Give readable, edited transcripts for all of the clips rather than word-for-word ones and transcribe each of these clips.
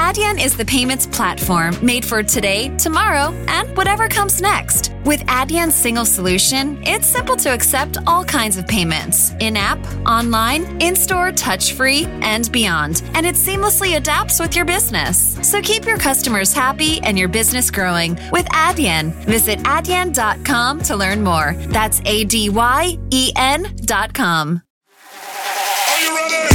Adyen is the payments platform made for today, tomorrow, and whatever comes next. With Adyen's single solution, it's simple to accept all kinds of payments, in-app, online, in-store, touch-free, and beyond. And it seamlessly adapts with your business. So keep your customers happy and your business growing with Adyen. Visit adyen.com to learn more. That's ADYEN.com. Are you ready?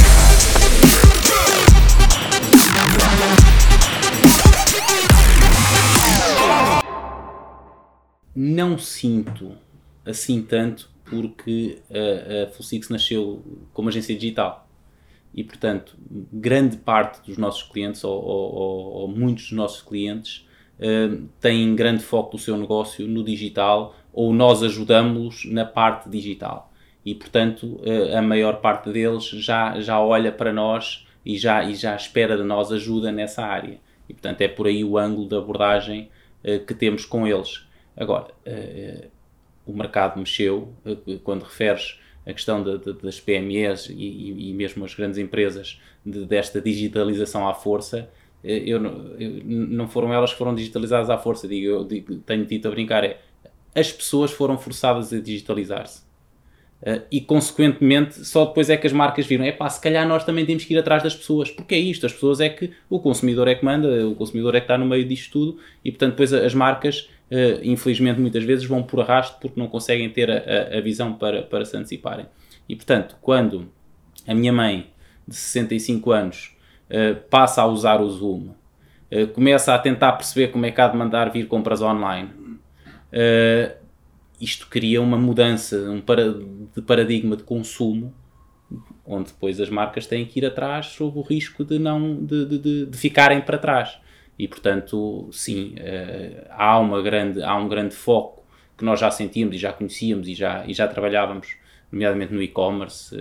Não sinto assim tanto porque a Fullsix nasceu como agência digital e, portanto, grande parte dos nossos clientes ou muitos dos nossos clientes têm grande foco do seu negócio no digital ou nós ajudamos-los na parte digital e, portanto, a maior parte deles já olha para nós e já espera de nós ajuda nessa área e, portanto, é por aí o ângulo de abordagem que temos com eles. Agora, o mercado mexeu, quando referes a questão das PMEs e mesmo as grandes empresas desta digitalização à força, não foram elas que foram digitalizadas à força, tenho dito a brincar, as pessoas foram forçadas a digitalizar-se. E consequentemente só depois é que as marcas viram, se calhar nós também temos que ir atrás das pessoas, porque é isto, as pessoas é que, o consumidor é que manda, o consumidor é que está no meio disto tudo e portanto depois as marcas infelizmente muitas vezes vão por arrasto porque não conseguem ter a visão para se anteciparem. E portanto, quando a minha mãe de 65 anos passa a usar o Zoom, começa a tentar perceber como é que há de mandar vir compras online, isto cria uma mudança de paradigma de consumo, onde depois as marcas têm que ir atrás sob o risco de ficarem para trás. E, portanto, sim, há um grande foco que nós já sentíamos e já conhecíamos e já trabalhávamos, nomeadamente no e-commerce,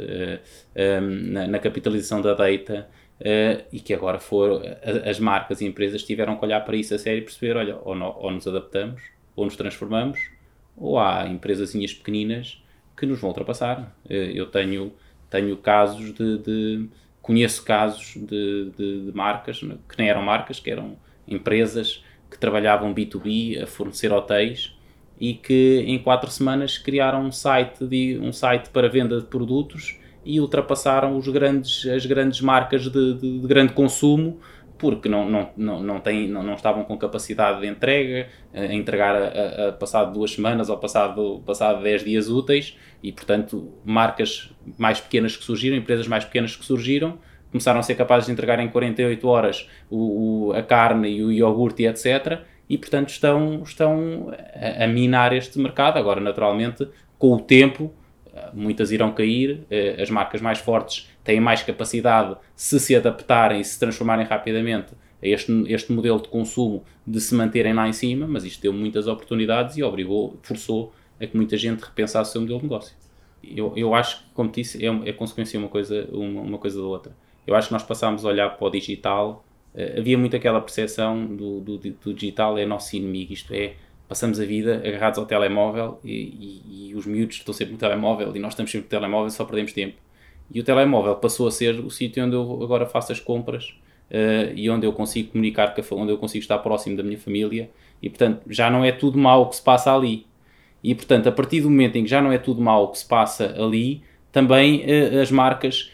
na capitalização da data, e que agora as marcas e empresas tiveram que olhar para isso a sério e perceber, olha, ou nos adaptamos, ou nos transformamos, ou há empresazinhas pequeninas que nos vão ultrapassar. Eu tenho casos conheço casos de marcas que nem eram marcas, que eram empresas que trabalhavam B2B a fornecer hotéis e que em 4 semanas criaram um site para venda de produtos e ultrapassaram as grandes marcas de grande consumo porque não estavam com capacidade de entrega, a entregar a passado 2 semanas ou passado 10 dias úteis e, portanto, marcas mais pequenas que surgiram, empresas mais pequenas que surgiram, começaram a ser capazes de entregar em 48 horas a carne e o iogurte, etc. E, portanto, estão a minar este mercado. Agora, naturalmente, com o tempo, muitas irão cair, as marcas mais fortes têm mais capacidade se adaptarem e se transformarem rapidamente a este modelo de consumo, de se manterem lá em cima, mas isto deu muitas oportunidades e forçou a que muita gente repensasse o seu modelo de negócio. Eu acho que, como disse, é consequência uma coisa da outra. Eu acho que nós passámos a olhar para o digital, havia muito aquela percepção do digital é nosso inimigo, isto é, passamos a vida agarrados ao telemóvel e os miúdos estão sempre no telemóvel e nós estamos sempre no telemóvel e só perdemos tempo. E o telemóvel passou a ser o sítio onde eu agora faço as compras e onde eu consigo comunicar, onde eu consigo estar próximo da minha família e, portanto, já não é tudo mau o que se passa ali. E, portanto, a partir do momento em que já não é tudo mau o que se passa ali, também as marcas,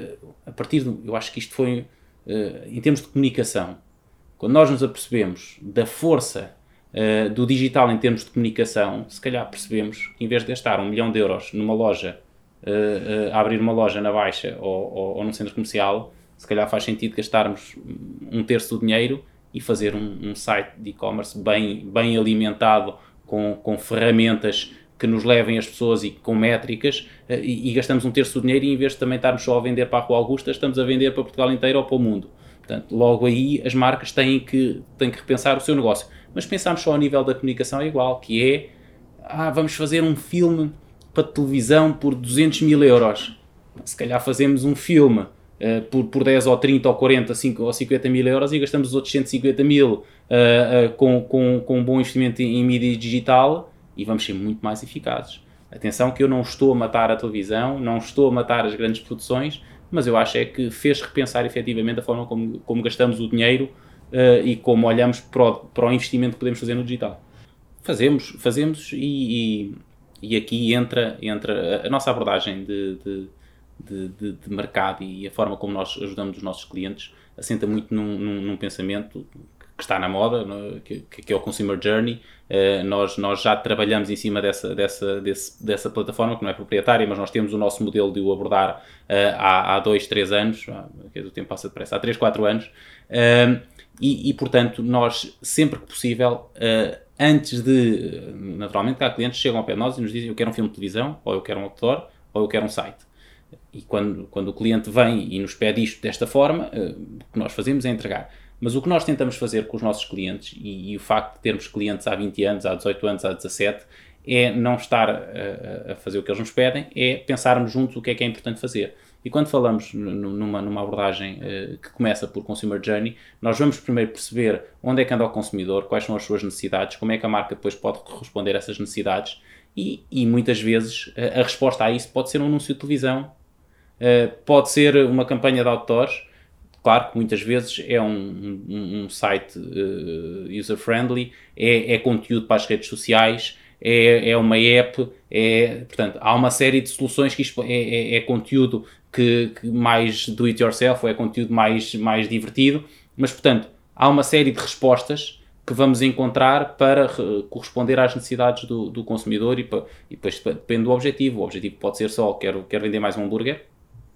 eu acho que isto foi, em termos de comunicação, quando nós nos apercebemos da força do digital em termos de comunicação, se calhar percebemos que em vez de gastar 1 milhão de euros numa loja, a abrir uma loja na Baixa ou num centro comercial, se calhar faz sentido gastarmos 1/3 do dinheiro e fazer um site de e-commerce bem alimentado com ferramentas que nos levem as pessoas e com métricas e gastamos 1/3 do dinheiro e em vez de também estarmos só a vender para a Rua Augusta, estamos a vender para Portugal inteiro ou para o mundo. Portanto, logo aí as marcas têm que repensar o seu negócio. Mas pensarmos só a nível da comunicação é igual, que é, vamos fazer um filme para televisão por 200 mil euros. Se calhar fazemos um filme por 10 ou 30 ou 40 ou 50 mil euros e gastamos os outros 150 mil com um bom investimento em mídia digital e vamos ser muito mais eficazes. Atenção que eu não estou a matar a televisão, não estou a matar as grandes produções, mas eu acho é que fez repensar efetivamente a forma como gastamos o dinheiro e como olhamos para o investimento que podemos fazer no digital. Fazemos e aqui entra a nossa abordagem de mercado e a forma como nós ajudamos os nossos clientes assenta muito num pensamento que está na moda, que é o Consumer Journey. Nós já trabalhamos em cima dessa plataforma, que não é proprietária, mas nós temos o nosso modelo de o abordar há 2, 3 anos, o tempo passa depressa, há 3, 4 anos, e portanto nós sempre que possível, antes de, naturalmente cá clientes chegam ao pé de nós e nos dizem: eu quero um filme de televisão, ou eu quero um outdoor, ou eu quero um site. E quando o cliente vem e nos pede isto desta forma, o que nós fazemos é entregar. Mas o que nós tentamos fazer com os nossos clientes, e o facto de termos clientes há 20 anos, há 18 anos, há 17, é não estar a fazer o que eles nos pedem, é pensarmos juntos o que é importante fazer. E quando falamos numa abordagem que começa por Consumer Journey, nós vamos primeiro perceber onde é que anda o consumidor, quais são as suas necessidades, como é que a marca depois pode corresponder a essas necessidades, e muitas vezes a resposta a isso pode ser um anúncio de televisão, pode ser uma campanha de outdoors. Claro que muitas vezes é um site user-friendly, é conteúdo para as redes sociais, é uma app, portanto, há uma série de soluções que isto é conteúdo que mais do it yourself, ou é conteúdo mais divertido, mas, portanto, há uma série de respostas que vamos encontrar para corresponder às necessidades do consumidor, e depois depende do objetivo. O objetivo pode ser só: quero vender mais um hambúrguer,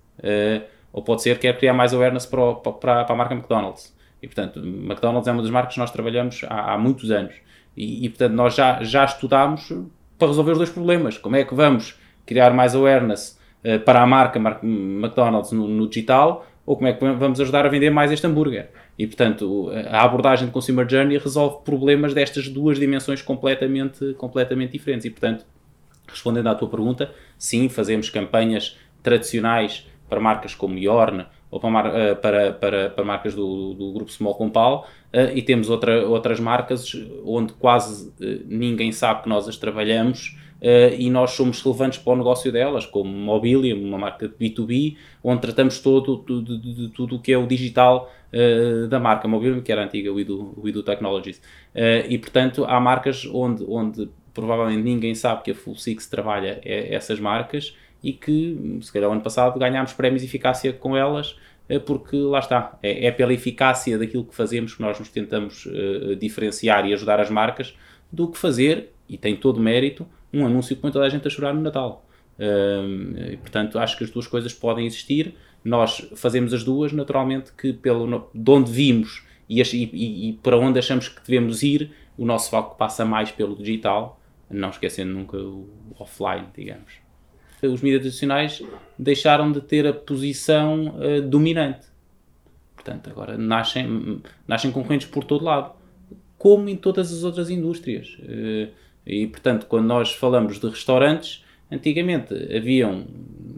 ou pode ser: quero criar mais awareness para a marca McDonald's. E, portanto, McDonald's é uma das marcas que nós trabalhamos há muitos anos. E portanto, nós já estudámos para resolver os dois problemas. Como é que vamos criar mais awareness para a marca McDonald's no digital, ou como é que vamos ajudar a vender mais este hambúrguer? E, portanto, a abordagem de Consumer Journey resolve problemas destas duas dimensões completamente diferentes. E, portanto, respondendo à tua pergunta, sim, fazemos campanhas tradicionais para marcas como Yorn, ou para marcas do grupo Small Compal, e temos outras marcas onde quase ninguém sabe que nós as trabalhamos, e nós somos relevantes para o negócio delas, como Mobilium, uma marca de B2B, onde tratamos de tudo o que é o digital da marca Mobilium, que era a antiga WeDo Technologies. E, portanto, há marcas onde provavelmente ninguém sabe que a Full Six trabalha essas marcas, e que, se calhar, o ano passado ganhámos prémios de eficácia com elas, porque, lá está, é pela eficácia daquilo que fazemos que nós nos tentamos diferenciar e ajudar as marcas, do que fazer, e tem todo o mérito, um anúncio que põe toda a gente a chorar no Natal. E, portanto, acho que as duas coisas podem existir. Nós fazemos as duas, naturalmente, que de onde vimos e para onde achamos que devemos ir, o nosso foco passa mais pelo digital, não esquecendo nunca o offline, digamos. Os mídias tradicionais deixaram de ter a posição dominante. Portanto, agora nascem concorrentes por todo lado, como em todas as outras indústrias. E, portanto, quando nós falamos de restaurantes, antigamente haviam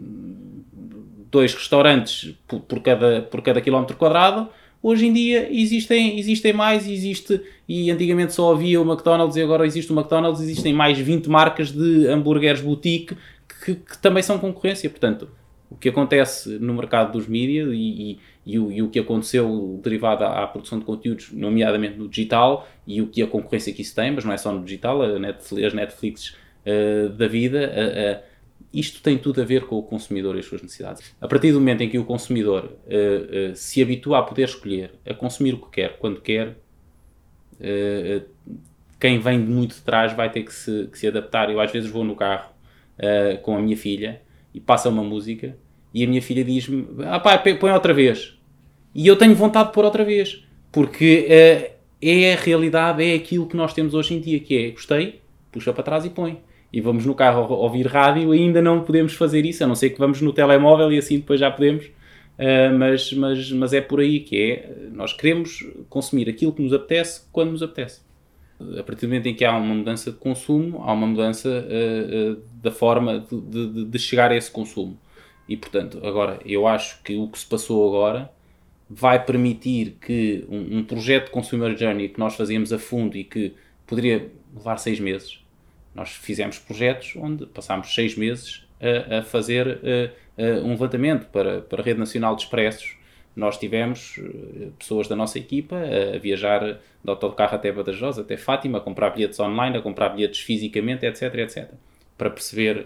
2 restaurantes por cada quilómetro quadrado. Hoje em dia existem mais, e antigamente só havia o McDonald's, e agora existe o McDonald's, existem mais 20 marcas de hambúrgueres boutique que também são concorrência. Portanto, o que acontece no mercado dos mídias e o que aconteceu derivado à produção de conteúdos, nomeadamente no digital, e o que a concorrência que isso tem, mas não é só no digital, as Netflix da vida, isto tem tudo a ver com o consumidor e as suas necessidades. A partir do momento em que o consumidor se habitua a poder escolher, a consumir o que quer, quando quer, quem vem de muito de trás vai ter que se adaptar. Eu às vezes vou no carro com a minha filha e passa uma música e a minha filha diz-me: pai, põe outra vez. E eu tenho vontade de pôr outra vez, porque é a realidade, é aquilo que nós temos hoje em dia, que é: gostei, puxa para trás e põe. E vamos no carro ouvir rádio, ainda não podemos fazer isso, a não ser que vamos no telemóvel e assim depois já podemos. Mas é por aí que é: nós queremos consumir aquilo que nos apetece, quando nos apetece. A partir do momento em que há uma mudança de consumo, há uma mudança da forma de chegar a esse consumo. E, portanto, agora, eu acho que o que se passou agora vai permitir que um projeto de Consumer Journey que nós fazíamos a fundo e que poderia levar 6 meses, nós fizemos projetos onde passámos 6 meses a fazer um levantamento para a Rede Nacional de Expressos, nós tivemos pessoas da nossa equipa a viajar de autocarro até Badajoz, até Fátima, a comprar bilhetes online, a comprar bilhetes fisicamente, etc, etc. Para perceber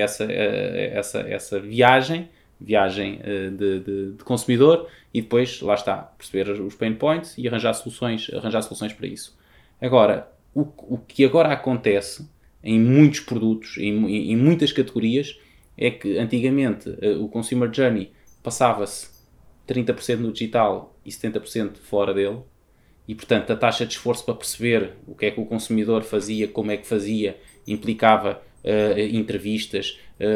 essa viagem de consumidor e depois, lá está, perceber os pain points e arranjar soluções para isso. Agora, o que agora acontece em muitos produtos, em muitas categorias, é que antigamente o Consumer Journey passava-se 30% no digital e 70% fora dele, e portanto a taxa de esforço para perceber o que é que o consumidor fazia, como é que fazia, implicava entrevistas,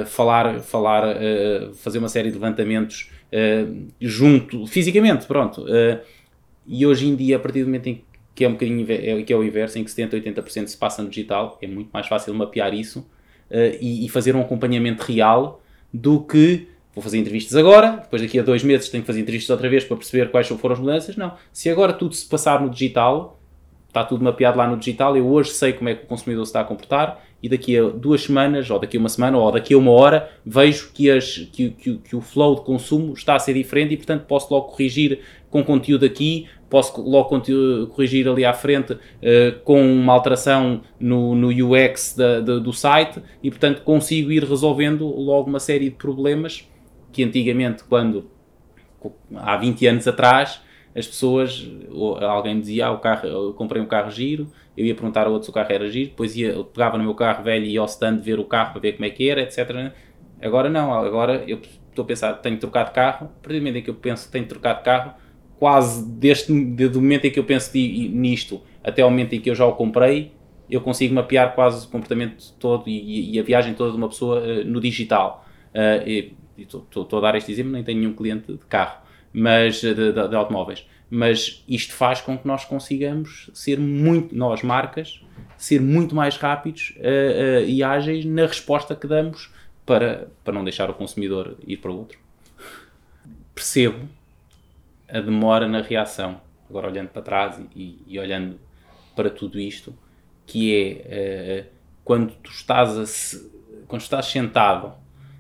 fazer uma série de levantamentos junto, fisicamente, pronto. E hoje em dia, a partir do momento em que é um bocadinho que é o inverso, em que 70-80% se passa no digital, é muito mais fácil mapear isso e fazer um acompanhamento real do que vou fazer entrevistas agora, depois daqui a 2 meses tenho que fazer entrevistas outra vez para perceber quais foram as mudanças. Não, se agora tudo se passar no digital, está tudo mapeado lá no digital, eu hoje sei como é que o consumidor se está a comportar e daqui a 2 semanas, ou daqui a 1 semana, ou daqui a 1 hora, vejo que o flow de consumo está a ser diferente e, portanto, posso logo corrigir com conteúdo aqui, posso logo corrigir ali à frente com uma alteração no UX do site e, portanto, consigo ir resolvendo logo uma série de problemas que antigamente, há 20 anos atrás, as pessoas, alguém me dizia, eu comprei um carro giro, eu ia perguntar a outro se o carro era giro, depois eu pegava no meu carro velho e ia ao stand ver o carro para ver como é que era, etc. Agora não, agora eu estou a pensar, tenho que trocar de carro, a partir do momento em que eu penso que tenho que trocar de carro, quase desde o momento em que eu penso nisto até ao momento em que eu já o comprei, eu consigo mapear quase o comportamento todo e a viagem toda de uma pessoa no digital. Estou a dar este exemplo, nem tenho nenhum cliente de carro, mas de automóveis, mas isto faz com que nós consigamos nós marcas, ser muito mais rápidos e ágeis na resposta que damos para não deixar o consumidor ir para o outro. Percebo a demora na reação, agora olhando para trás e olhando para tudo isto, que é quando estás sentado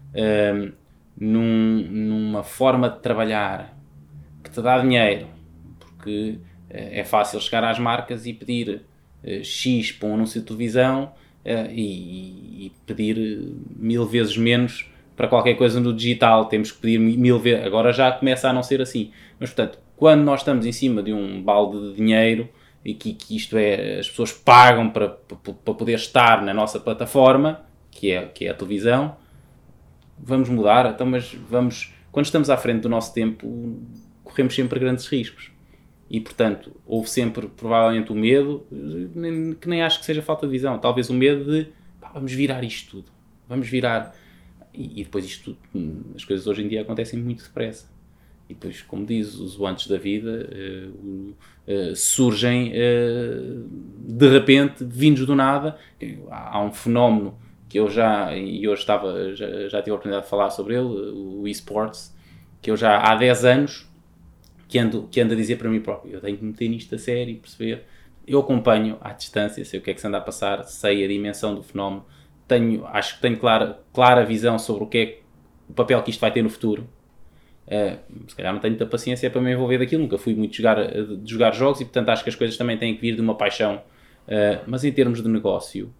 numa forma de trabalhar que te dá dinheiro, porque é fácil chegar às marcas e pedir X para um anúncio de televisão e pedir 1000 vezes menos para qualquer coisa no digital, temos que pedir 1000 vezes, agora já começa a não ser assim, mas portanto, quando nós estamos em cima de um balde de dinheiro e que isto é, as pessoas pagam para poder estar na nossa plataforma, que é a televisão, vamos mudar, então, mas quando estamos à frente do nosso tempo, corremos sempre grandes riscos. E, portanto, houve sempre, provavelmente, o medo, que nem acho que seja falta de visão, talvez o medo de, vamos virar isto tudo, vamos virar. E depois isto tudo, as coisas hoje em dia acontecem muito depressa. E depois, como diz, os antes da vida surgem de repente, vindos do nada. Há um fenómeno que eu já tive a oportunidade de falar sobre ele, o eSports, que eu já há 10 anos que ando a dizer para mim próprio, eu tenho que meter nisto a sério e perceber. Eu acompanho à distância, sei o que é que se anda a passar, sei a dimensão do fenómeno, acho que tenho clara visão sobre o papel que isto vai ter no futuro. Se calhar não tenho muita paciência para me envolver daquilo, nunca fui muito de jogar jogos e portanto acho que as coisas também têm que vir de uma paixão, mas em termos de negócio,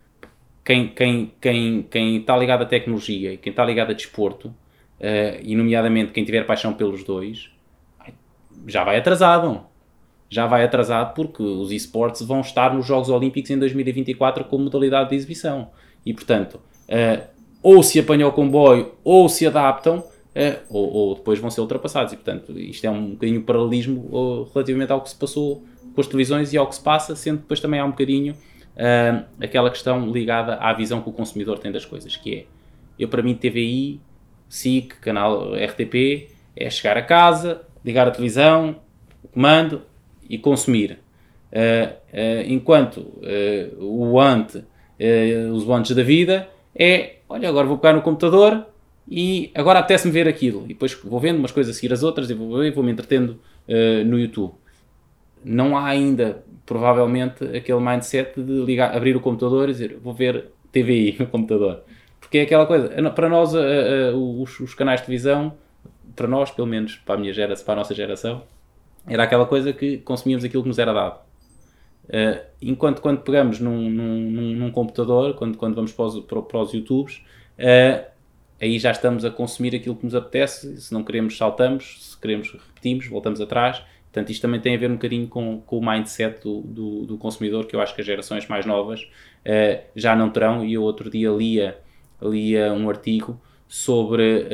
quem está ligado à tecnologia e quem está ligado a desporto, e nomeadamente quem tiver paixão pelos dois, já vai atrasado porque os eSports vão estar nos Jogos Olímpicos em 2024 como modalidade de exibição e portanto ou se apanham o comboio ou se adaptam ou depois vão ser ultrapassados e portanto isto é um bocadinho paralelismo relativamente ao que se passou com as televisões e ao que se passa, sendo que depois também há um bocadinho aquela questão ligada à visão que o consumidor tem das coisas, que é, para mim TVI, SIC, canal RTP, é chegar a casa, ligar a televisão, o comando e consumir. Enquanto os antes da vida olha, agora vou pegar no computador e agora apetece-me ver aquilo. E depois vou vendo umas coisas a seguir as outras e vou-me entretendo no YouTube. Não há ainda, provavelmente, aquele mindset de abrir o computador e dizer vou ver TVI no computador. Porque é aquela coisa, para nós os canais de televisão para nós, pelo menos para a minha geração, para a nossa geração, era aquela coisa que consumíamos aquilo que nos era dado. Enquanto quando pegamos num computador, quando vamos para os YouTubes, aí já estamos a consumir aquilo que nos apetece. Se não queremos, saltamos. Se queremos, repetimos, voltamos atrás. Portanto, isto também tem a ver um bocadinho com o mindset do consumidor, que eu acho que as gerações mais novas já não terão. E eu outro dia lia um artigo sobre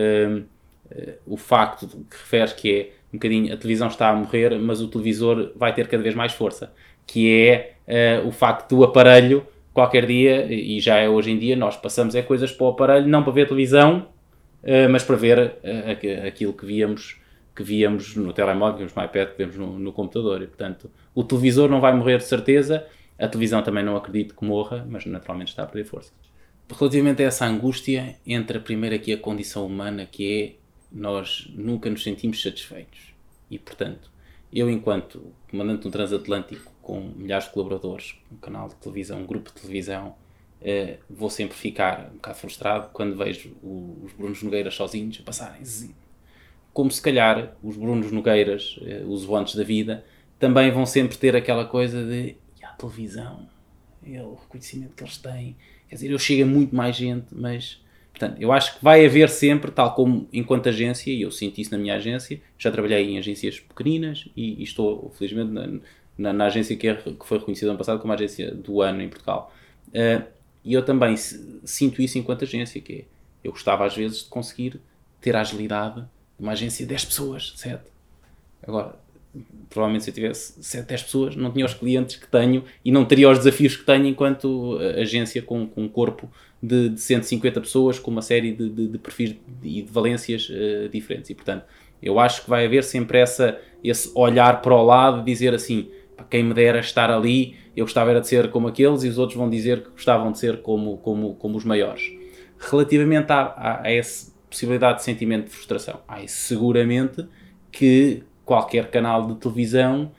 o facto que refere que é um bocadinho, a televisão está a morrer, mas o televisor vai ter cada vez mais força, que é o facto do aparelho, qualquer dia, e já é hoje em dia, nós passamos coisas para o aparelho, não para ver televisão, mas para ver aquilo que víamos no telemóvel, que víamos no iPad, que víamos no computador. E, portanto, o televisor não vai morrer de certeza, a televisão também não acredito que morra, mas naturalmente está a perder força. Relativamente a essa angústia, entra primeiro aqui a condição humana, que é nós nunca nos sentimos satisfeitos. E, portanto, eu, enquanto comandante de um transatlântico com milhares de colaboradores, um canal de televisão, um grupo de televisão, vou sempre ficar um bocado frustrado quando vejo os Brunos Nogueiras sozinhos a passarem. Como se calhar os Brunos Nogueiras, os voantes da vida, também vão sempre ter aquela coisa de a televisão, o reconhecimento que eles têm. Quer dizer, eu chego a muito mais gente, mas... Portanto, eu acho que vai haver sempre, tal como enquanto agência, e eu sinto isso na minha agência, já trabalhei em agências pequeninas e estou, felizmente, na agência que foi reconhecida ano passado como a agência do ano em Portugal. E eu também sinto isso enquanto agência, que é, eu gostava às vezes de conseguir ter a agilidade de uma agência de 10 pessoas, 7. Agora, provavelmente se eu tivesse 7, 10 pessoas, não tinha os clientes que tenho e não teria os desafios que tenho enquanto agência com um corpo de 150 pessoas, com uma série de perfis e de valências diferentes. E, portanto, eu acho que vai haver sempre esse olhar para o lado, dizer assim, quem me dera estar ali, eu gostava era de ser como aqueles, e os outros vão dizer que gostavam de ser como os maiores. Relativamente a essa possibilidade de sentimento de frustração, seguramente que qualquer canal de televisão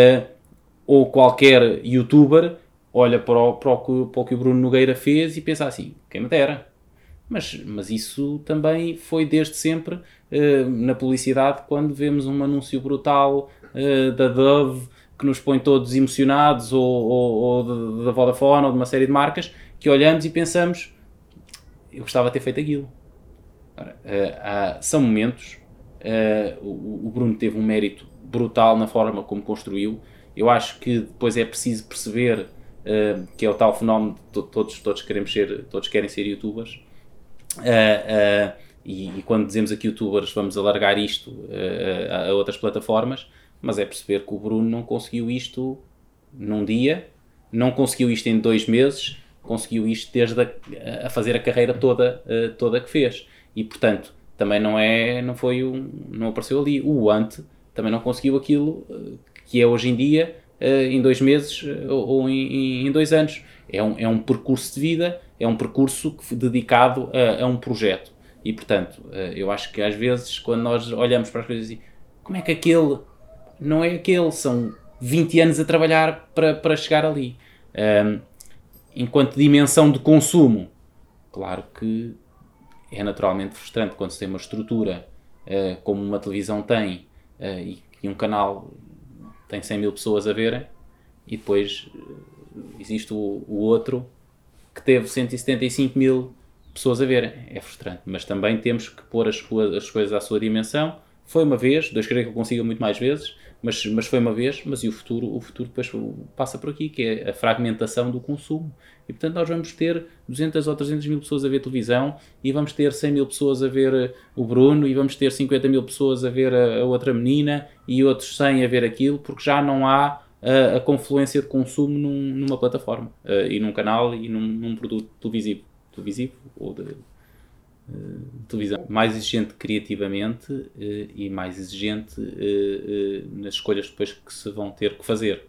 ou qualquer youtuber olha para o que o Bruno Nogueira fez e pensa assim, quem me dera. Mas isso também foi desde sempre na publicidade, quando vemos um anúncio brutal da Dove que nos põe todos emocionados, ou da Vodafone, ou de uma série de marcas, que olhamos e pensamos, eu gostava de ter feito aquilo. Ora, são momentos, o Bruno teve um mérito brutal na forma como construiu. Eu acho que depois é preciso perceber que é o tal fenómeno de todos querem ser youtubers, e quando dizemos aqui youtubers vamos alargar isto a outras plataformas, mas é perceber que o Bruno não conseguiu isto num dia, não conseguiu isto em 2 meses, conseguiu isto desde a fazer a carreira toda que fez. E, portanto, também não apareceu ali. O Ant também não conseguiu aquilo que é hoje em dia em 2 meses ou em 2 anos. É um percurso de vida, é um percurso dedicado a um projeto. E, portanto, eu acho que às vezes, quando nós olhamos para as coisas assim, como é que aquele não é aquele? São 20 anos a trabalhar para chegar ali. Enquanto dimensão de consumo, claro que é naturalmente frustrante quando se tem uma estrutura como uma televisão tem, e um canal tem 100 mil pessoas a verem, e depois existe o outro que teve 175 mil pessoas a verem. É frustrante, mas também temos que pôr as coisas à sua dimensão. Foi uma vez, Deus queira que eu consiga muito mais vezes, mas foi uma vez, mas e o futuro depois passa por aqui, que é a fragmentação do consumo. E, portanto, nós vamos ter 200 ou 300 mil pessoas a ver televisão, e vamos ter 100 mil pessoas a ver o Bruno, e vamos ter 50 mil pessoas a ver a outra menina, e outros 100 a ver aquilo, porque já não há a confluência de consumo numa plataforma, e num canal, e num produto televisivo ou de televisão. Mais exigente criativamente e mais exigente nas escolhas depois que se vão ter que fazer.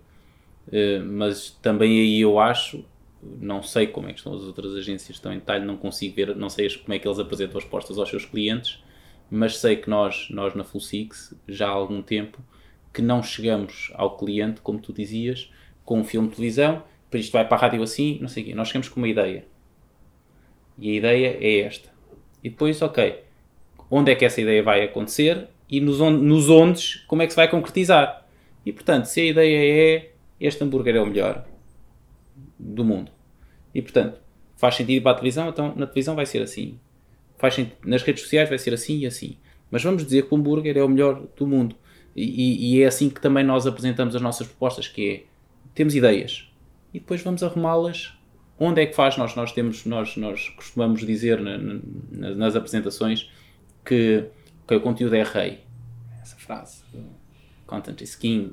Mas também aí eu acho, não sei como é que estão as outras agências, estão em detalhe, não consigo ver, não sei como é que eles apresentam as propostas aos seus clientes, mas sei que nós na Full Six, já há algum tempo, que não chegamos ao cliente, como tu dizias, com um filme de televisão, para isto vai para a rádio assim, não sei o quê. Nós chegamos com uma ideia. E a ideia é esta. E depois, ok, onde é que essa ideia vai acontecer e nos ondes, como é que se vai concretizar. E, portanto, se a ideia é este hambúrguer é o melhor do mundo. E, portanto, faz sentido ir para a televisão, então na televisão vai ser assim. Nas redes sociais vai ser assim e assim. Mas vamos dizer que o hambúrguer é o melhor do mundo. E é assim que também nós apresentamos as nossas propostas, que é, temos ideias e depois vamos arrumá-las. Onde é que faz? Nós costumamos dizer nas apresentações que o conteúdo é rei. Essa frase, content is king,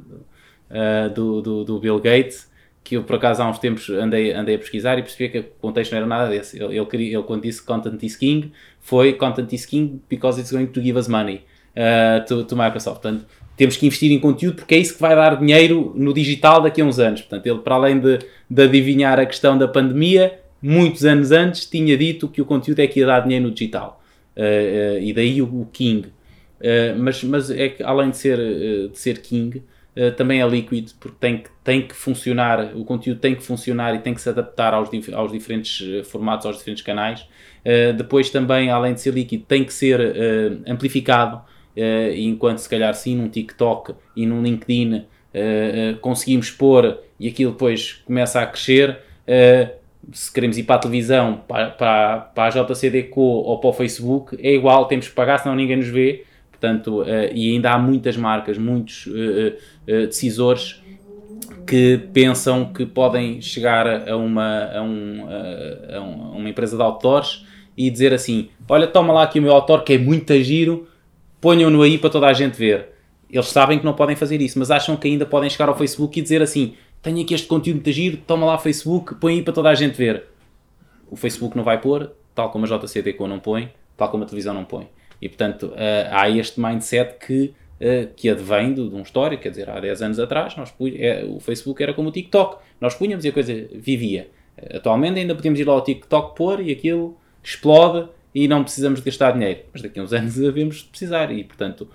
do Bill Gates, que eu por acaso há uns tempos andei a pesquisar e percebi que o contexto não era nada desse. Ele quando disse content is king, foi content is king because it's going to give us money to Microsoft. Portanto, temos que investir em conteúdo porque é isso que vai dar dinheiro no digital daqui a uns anos. Portanto, ele, para além de adivinhar a questão da pandemia, muitos anos antes tinha dito que o conteúdo é que ia dar dinheiro no digital. E daí o King. Mas é que, além de ser King, também é líquido, porque tem que funcionar, o conteúdo tem que funcionar e tem que se adaptar aos diferentes formatos, aos diferentes canais. Depois também, além de ser líquido, tem que ser amplificado, enquanto se calhar sim num TikTok e num LinkedIn conseguimos pôr e aquilo depois começa a crescer. Se queremos ir para a televisão, para a JCDecaux ou para o Facebook, é igual, temos que pagar, senão ninguém nos vê. Portanto, e ainda há muitas marcas, muitos decisores que pensam que podem chegar a uma empresa de outdoors e dizer assim, olha, toma lá aqui o meu outdoor que é muito giro, ponham-no aí para toda a gente ver. Eles sabem que não podem fazer isso, mas acham que ainda podem chegar ao Facebook e dizer assim, tenho aqui este conteúdo muito giro, toma lá o Facebook, põe aí para toda a gente ver. O Facebook não vai pôr, tal como a JCDecaux não põe, tal como a televisão não põe. E, portanto, há este mindset que advém de um histórico, quer dizer, há 10 anos atrás, o Facebook era como o TikTok. Nós punhamos e a coisa vivia. Atualmente ainda podemos ir lá ao TikTok pôr e aquilo explode e não precisamos de gastar dinheiro. Mas daqui a uns anos devemos precisar e, portanto,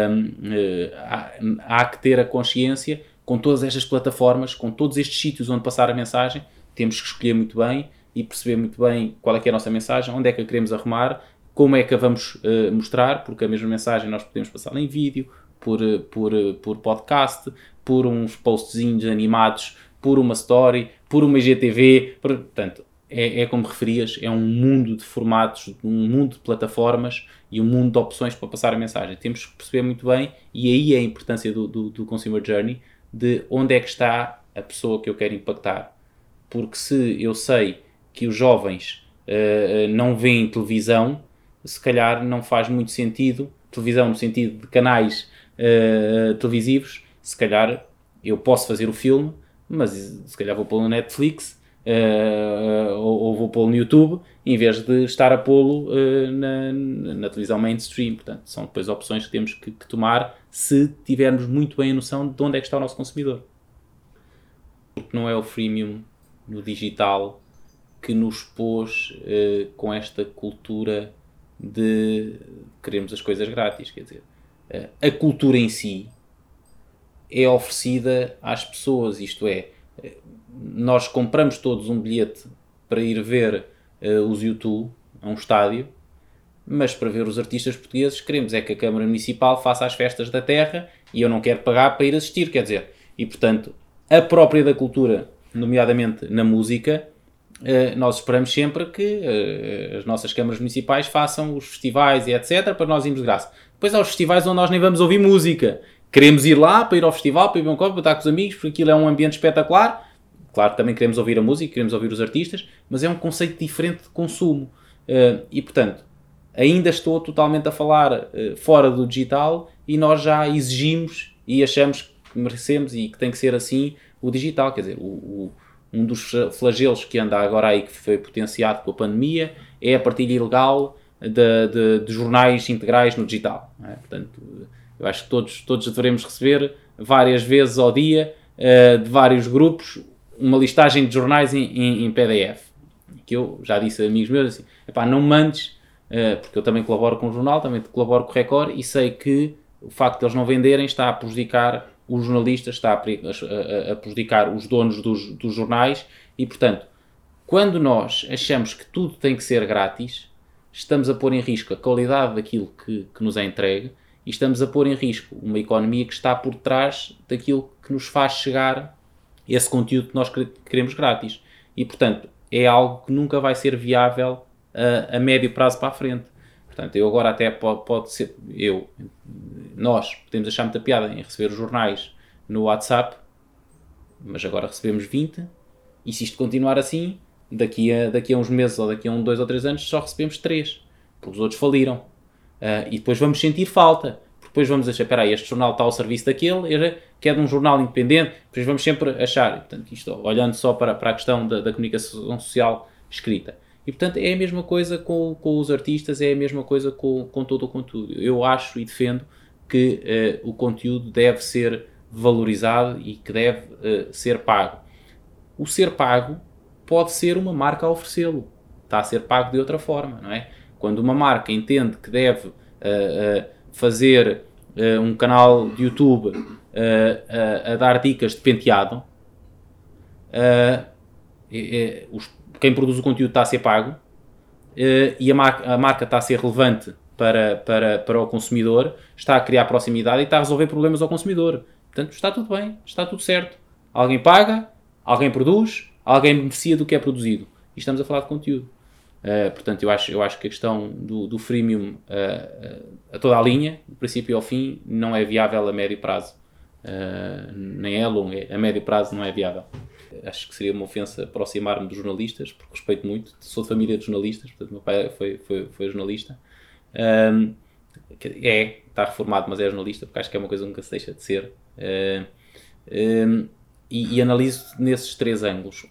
há que ter a consciência, com todas estas plataformas, com todos estes sítios onde passar a mensagem, temos que escolher muito bem e perceber muito bem qual é que é a nossa mensagem, onde é que a queremos arrumar, como é que a vamos mostrar, porque a mesma mensagem nós podemos passá-la em vídeo, por podcast, por uns postzinhos animados, por uma story, por uma IGTV, portanto, é como referias, é um mundo de formatos, um mundo de plataformas e um mundo de opções para passar a mensagem. Temos que perceber muito bem, e aí é a importância do Consumer Journey, de onde é que está a pessoa que eu quero impactar. Porque se eu sei que os jovens não veem televisão, se calhar não faz muito sentido, televisão no sentido de canais televisivos, se calhar eu posso fazer o filme, mas se calhar vou pô-lo no Netflix ou vou pô-lo no YouTube, em vez de estar a pô-lo na televisão mainstream. Portanto, são depois opções que temos que tomar se tivermos muito bem a noção de onde é que está o nosso consumidor. Porque não é o freemium no digital que nos pôs com esta cultura de queremos as coisas grátis, quer dizer, a cultura em si é oferecida às pessoas, isto é, nós compramos todos um bilhete para ir ver os U2 a um estádio, mas para ver os artistas portugueses queremos é que a Câmara Municipal faça as festas da terra e eu não quero pagar para ir assistir, quer dizer, e portanto, a própria da cultura, nomeadamente na música, nós esperamos sempre que as nossas câmaras municipais façam os festivais e etc. para nós irmos de graça. Depois há os festivais onde nós nem vamos ouvir música. Queremos ir lá para ir ao festival, para ir beber um copo, para estar com os amigos, porque aquilo é um ambiente espetacular. Claro que também queremos ouvir a música, queremos ouvir os artistas, mas é um conceito diferente de consumo. E portanto, ainda estou totalmente a falar fora do digital e nós já exigimos e achamos que merecemos e que tem que ser assim o digital. Quer dizer, um dos flagelos que anda agora aí, que foi potenciado pela pandemia, é a partilha ilegal de jornais integrais no digital. Não é? Portanto, eu acho que todos devemos receber várias vezes ao dia, de vários grupos, uma listagem de jornais em PDF. Que eu já disse a amigos meus assim, epá, não me mandes, porque eu também colaboro com o jornal, também colaboro com o Record, e sei que o facto de eles não venderem está a prejudicar os jornalistas, está a prejudicar os donos dos jornais e, portanto, quando nós achamos que tudo tem que ser grátis, estamos a pôr em risco a qualidade daquilo que nos é entregue e estamos a pôr em risco uma economia que está por trás daquilo que nos faz chegar esse conteúdo que nós queremos grátis. E, portanto, é algo que nunca vai ser viável a médio prazo para a frente. Portanto, eu agora até pode ser... Nós podemos achar muita piada em receber os jornais no WhatsApp, mas agora recebemos 20, e se isto continuar assim, daqui a uns meses ou daqui a 2 ou 3 anos só recebemos 3, porque os outros faliram. E depois vamos sentir falta, porque depois vamos achar, espera aí, este jornal está ao serviço daquele, que é de um jornal independente, depois vamos sempre achar, portanto, isto olhando só para a questão da comunicação social escrita. E, portanto, é a mesma coisa com os artistas, é a mesma coisa com todo o conteúdo. Eu acho e defendo que o conteúdo deve ser valorizado e que deve ser pago. O ser pago pode ser uma marca a oferecê-lo. Está a ser pago de outra forma, não é? Quando uma marca entende que deve fazer um canal de YouTube a dar dicas de penteado, quem produz o conteúdo está a ser pago e a marca está a ser relevante para o consumidor, está a criar proximidade e está a resolver problemas ao consumidor. Portanto, está tudo bem, está tudo certo. Alguém paga, alguém produz, alguém beneficia do que é produzido. E estamos a falar de conteúdo. Portanto, eu acho que a questão do freemium a toda a linha, do princípio ao fim, não é viável a médio prazo. Nem é a longo, a médio prazo não é viável. Acho que seria uma ofensa aproximar-me dos jornalistas, porque respeito muito, sou de família de jornalistas, portanto, meu pai foi jornalista. Está reformado, mas é jornalista, porque acho que é uma coisa que nunca se deixa de ser. E analiso nesses 3 ângulos.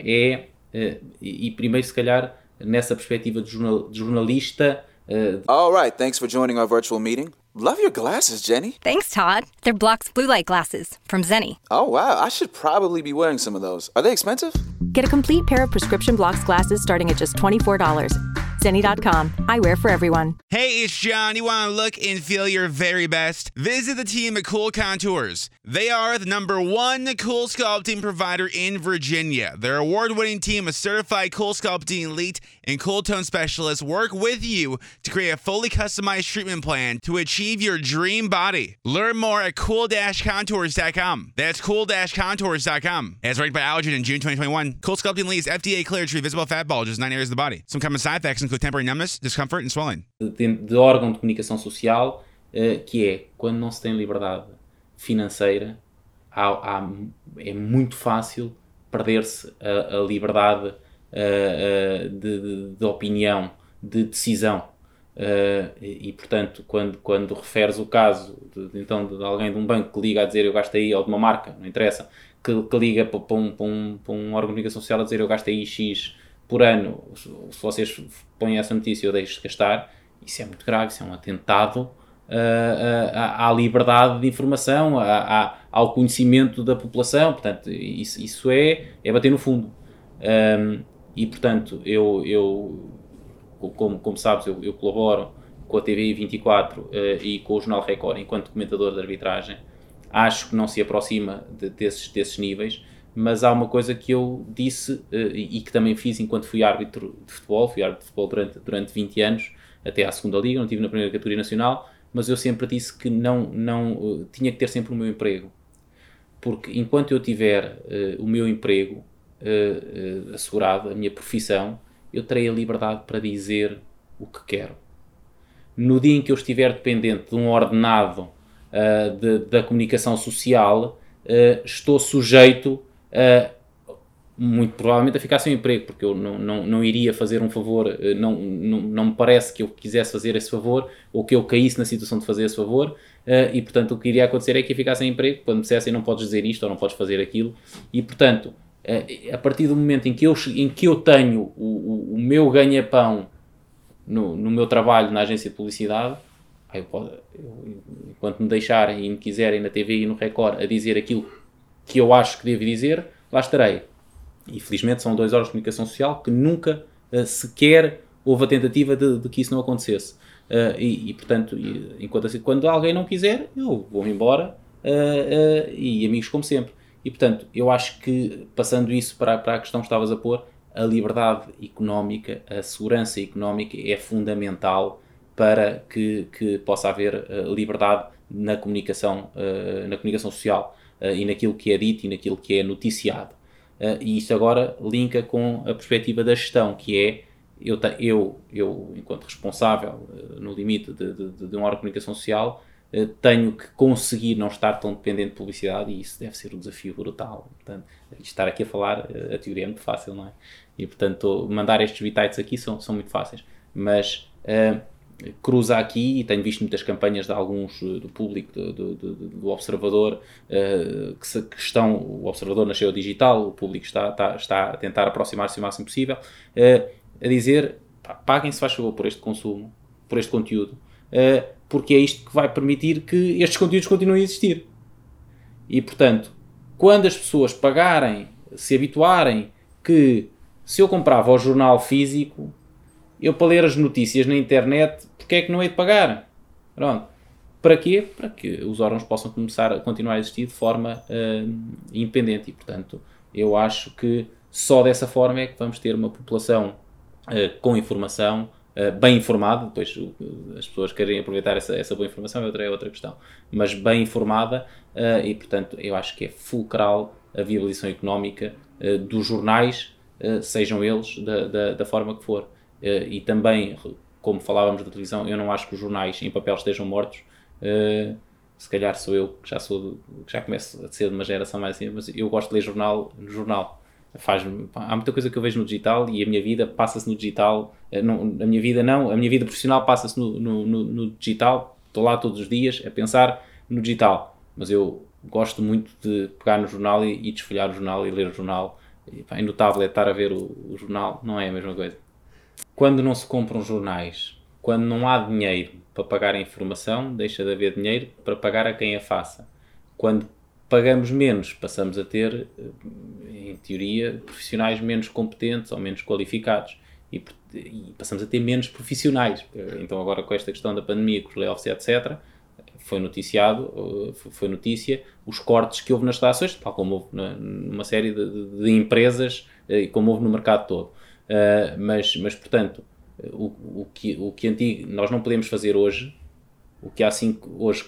E primeiro, se calhar, nessa perspectiva de jornalista. All right, thanks for joining our virtual meeting. Love your glasses, Jenny. Thanks, Todd. They're Block's blue light glasses from Zenni. Oh, wow. I should probably be wearing some of those. Are they expensive? Get a complete pair of prescription Block's glasses starting at just $24. Zenni.com. Eyewear for everyone. Hey, it's John. You want to look and feel your very best? Visit the team at Cool Contours. They are the #1 cool sculpting provider in Virginia. Their award-winning team of certified cool sculpting elite and cool tone specialists work with you to create a fully customized treatment plan to achieve your dream body. Learn more at cool-contours.com. That's cool-contours.com. As ranked by Allergen in June 2021, Cool Sculpting Elite is FDA cleared to treat visible fat bulges in 9 areas of the body. Some common side effects include temporary numbness, discomfort, and swelling. De órgão de comunicação social, que é quando não se tem liberdade financeira, é muito fácil perder-se a liberdade de opinião, de decisão. E portanto, quando referes o caso de alguém de um banco que liga a dizer eu gastei, ou de uma marca, não interessa, que liga para um órgão de comunicação social a dizer eu gastei X por ano, se vocês põem essa notícia eu deixo de gastar, isso é muito grave, isso é um atentado à liberdade de informação, ao conhecimento da população. Portanto, isso é bater no fundo. E portanto, eu como sabes, eu colaboro com a TVI 24 e com o Jornal Record enquanto comentador de arbitragem. Acho que não se aproxima desses níveis, mas há uma coisa que eu disse e que também fiz enquanto fui árbitro de futebol. Fui árbitro de futebol durante 20 anos, até à segunda liga, não estive na primeira categoria nacional, mas eu sempre disse que não tinha que ter sempre o meu emprego, porque enquanto eu tiver o meu emprego assegurado, a minha profissão, eu terei a liberdade para dizer o que quero. No dia em que eu estiver dependente de um ordenado da comunicação social, estou sujeito muito provavelmente a ficar sem emprego, porque eu não iria fazer um favor, não me parece que eu quisesse fazer esse favor, ou que eu caísse na situação de fazer esse favor, e portanto o que iria acontecer é que ia ficar sem emprego, quando me dissessem não podes dizer isto ou não podes fazer aquilo, e portanto, a partir do momento em que eu tenho o meu ganha-pão no meu trabalho na agência de publicidade, enquanto me deixarem e me quiserem na TV e no Record a dizer aquilo que eu acho que devo dizer, lá estarei. E felizmente são 2 órgãos de comunicação social que nunca sequer houve a tentativa de que isso não acontecesse. E portanto, enquanto assim, quando alguém não quiser, eu vou-me embora e amigos como sempre. E portanto, eu acho que, passando isso para a questão que estavas a pôr, a liberdade económica, a segurança económica é fundamental para que possa haver liberdade na comunicação social e naquilo que é dito e naquilo que é noticiado. E isto agora linka com a perspectiva da gestão, que é eu enquanto responsável, no limite de um órgão de comunicação social, tenho que conseguir não estar tão dependente de publicidade, e isso deve ser um desafio brutal. Portanto, estar aqui a falar, a teoria é muito fácil, não é? E, portanto, mandar estes bitites aqui são muito fáceis. Mas cruza aqui, e tenho visto muitas campanhas de alguns do público, do Observador, que estão... O Observador nasceu digital, o público está a tentar aproximar-se o máximo possível, a dizer, paguem se faz favor por este consumo, por este conteúdo, porque é isto que vai permitir que estes conteúdos continuem a existir. E, portanto, quando as pessoas pagarem, se habituarem que se eu comprava o jornal físico, eu para ler as notícias na internet, porque é que não hei de pagar? Pronto. Para quê? Para que os órgãos possam continuar a existir de forma independente. E, portanto, eu acho que só dessa forma é que vamos ter uma população com informação, bem informada. Depois as pessoas querem aproveitar essa boa informação, é outra questão, mas bem informada, e portanto eu acho que é fulcral a viabilização económica dos jornais, sejam eles da forma que for. E também, como falávamos da televisão, eu não acho que os jornais em papel estejam mortos. Se calhar sou eu que já começo a ser de uma geração mais assim, mas eu gosto de ler jornal no jornal. Há muita coisa que eu vejo no digital e a minha vida passa-se no digital. A minha vida profissional passa-se no digital. Estou lá todos os dias a pensar no digital, mas eu gosto muito de pegar no jornal e desfolhar o jornal e ler o jornal. E no tablet estar a ver o jornal não é a mesma coisa. Quando não se compram jornais, quando não há dinheiro para pagar a informação, deixa de haver dinheiro para pagar a quem a faça. Quando pagamos menos, passamos a ter, em teoria, profissionais menos competentes ou menos qualificados. E passamos a ter menos profissionais. Então agora com esta questão da pandemia, com os layoffs, etc., foi notícia os cortes que houve nas redações, tal como houve numa série de empresas, e como houve no mercado todo. Mas portanto, o que nós não podemos fazer hoje, o que há 5 hoje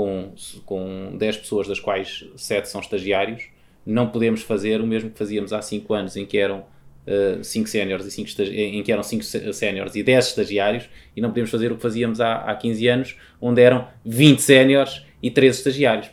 com 10 pessoas, das quais 7 são estagiários, não podemos fazer o mesmo que fazíamos há 5 anos, em que eram 5 séniores em que eram 5 séniores e 10 estagiários, e não podemos fazer o que fazíamos há 15 anos, onde eram 20 séniores e 13 estagiários.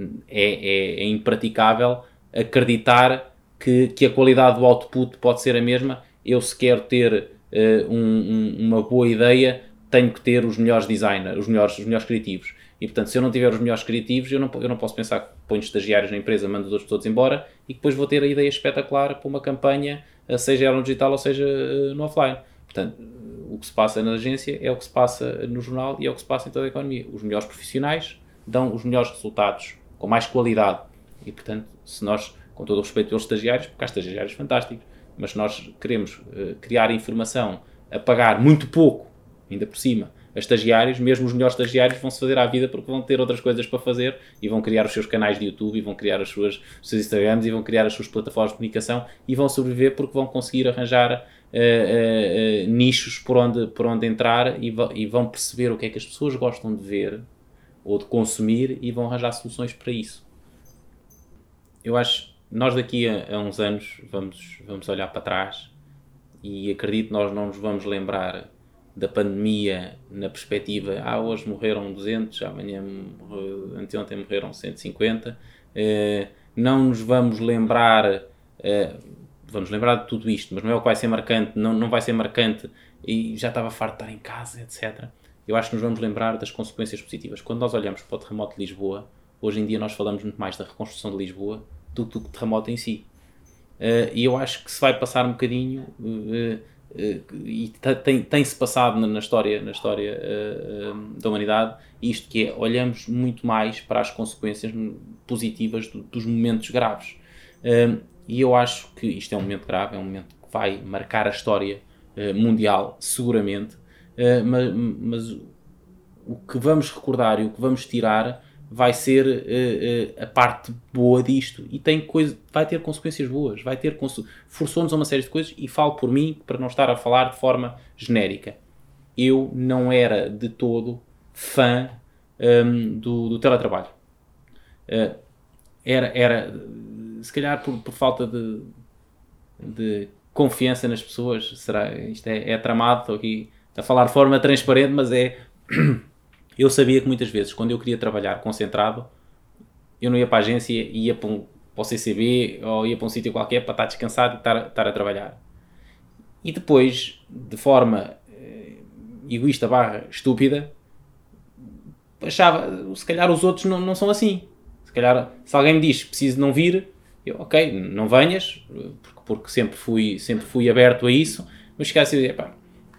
É impraticável acreditar que a qualidade do output pode ser a mesma. Eu, se quero ter uma boa ideia, tenho que ter os melhores designers, os melhores criativos. E, portanto, se eu não tiver os melhores criativos, eu não posso pensar que ponho estagiários na empresa, mando os outros todos embora e que depois vou ter a ideia espetacular para uma campanha, seja ela no digital ou seja no offline. Portanto, o que se passa na agência é o que se passa no jornal e é o que se passa em toda a economia. Os melhores profissionais dão os melhores resultados, com mais qualidade. E, portanto, se nós, com todo o respeito pelos estagiários, porque há estagiários fantásticos, mas se nós queremos criar informação a pagar muito pouco, ainda por cima, a estagiários, mesmo os melhores estagiários vão-se fazer à vida porque vão ter outras coisas para fazer e vão criar os seus canais de YouTube e vão criar os seus Instagrams e vão criar as suas plataformas de comunicação e vão sobreviver porque vão conseguir arranjar nichos por onde entrar e vão perceber o que é que as pessoas gostam de ver ou de consumir e vão arranjar soluções para isso. Eu acho que nós daqui a uns anos vamos olhar para trás e acredito que nós não nos vamos lembrar da pandemia na perspectiva, hoje morreram 200, amanhã, anteontem morreram 150, não nos vamos lembrar de tudo isto, mas não é o que vai ser marcante, não vai ser marcante e já estava farto de estar em casa, etc. Eu acho que nos vamos lembrar das consequências positivas. Quando nós olhamos para o terremoto de Lisboa, hoje em dia nós falamos muito mais da reconstrução de Lisboa do que do terremoto em si. E eu acho que se vai passar um bocadinho... e tem-se passado na história da humanidade isto, que é, olhamos muito mais para as consequências positivas dos momentos graves, e eu acho que isto é um momento grave, é um momento que vai marcar a história mundial, seguramente, mas o que vamos recordar e o que vamos tirar vai ser a parte boa disto. E vai ter consequências boas, forçou-nos a uma série de coisas, e falo por mim, para não estar a falar de forma genérica. Eu não era de todo fã do teletrabalho. Era se calhar por falta de confiança nas pessoas. Isto é tramado, estou aqui a falar de forma transparente, mas eu sabia que muitas vezes, quando eu queria trabalhar concentrado, eu não ia para a agência, ia para o CCB ou ia para um sítio qualquer para estar descansado e estar a trabalhar. E depois, de forma egoísta / estúpida, achava, se calhar os outros não são assim. Se calhar, se alguém me diz preciso não vir, eu, ok, não venhas, porque sempre fui aberto a isso, mas chegasse a dizer, pá,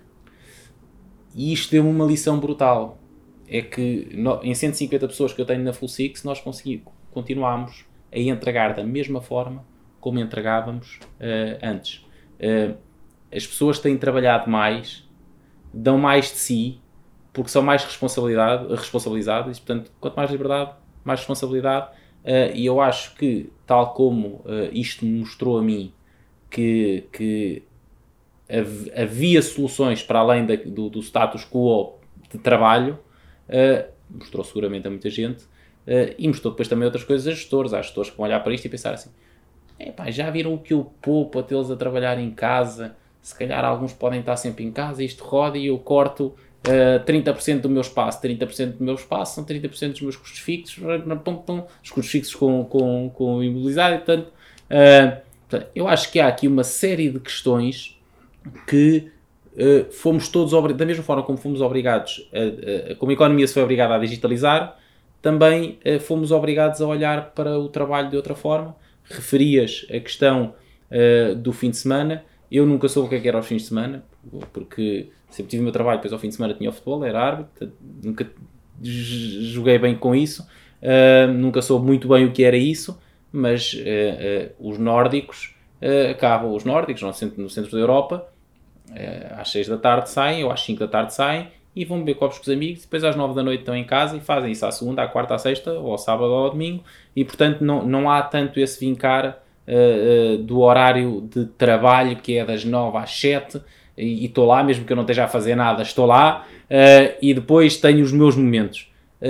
e isto deu-me uma lição brutal. É que em 150 pessoas que eu tenho na Full Six, nós continuámos a entregar da mesma forma como entregávamos antes. As pessoas têm trabalhado mais, dão mais de si, porque são mais responsabilizadas, e, portanto, quanto mais liberdade, mais responsabilidade. E eu acho que, tal como isto me mostrou a mim que havia soluções para além do status quo de trabalho, mostrou seguramente a muita gente, e mostrou depois também outras coisas a gestores. Há gestores que vão olhar para isto e pensar assim, já viram o que eu poupo a tê-los a trabalhar em casa? Se calhar alguns podem estar sempre em casa, isto roda e eu corto 30% do meu espaço. 30% do meu espaço são 30% dos meus custos fixos, os custos fixos com imobilizado. Portanto, eu acho que há aqui uma série de questões que fomos todos obrigados, da mesma forma como fomos obrigados, como a economia se foi obrigada a digitalizar, também fomos obrigados a olhar para o trabalho de outra forma. Referias a questão do fim de semana. Eu nunca soube o que era os fins de semana, porque sempre tive o meu trabalho, depois ao fim de semana tinha o futebol, era árbitro, nunca joguei bem com isso, nunca soube muito bem o que era isso, mas os nórdicos, no centro da Europa, às 6 da tarde saem, ou às 5 da tarde saem, e vão beber copos com os amigos, depois às 9 da noite estão em casa e fazem isso à segunda, à quarta, à sexta, ou ao sábado ou ao domingo, e portanto não há tanto esse vincar do horário de trabalho, que é das 9 às 7, e estou lá, mesmo que eu não esteja a fazer nada, estou lá, e depois tenho os meus momentos.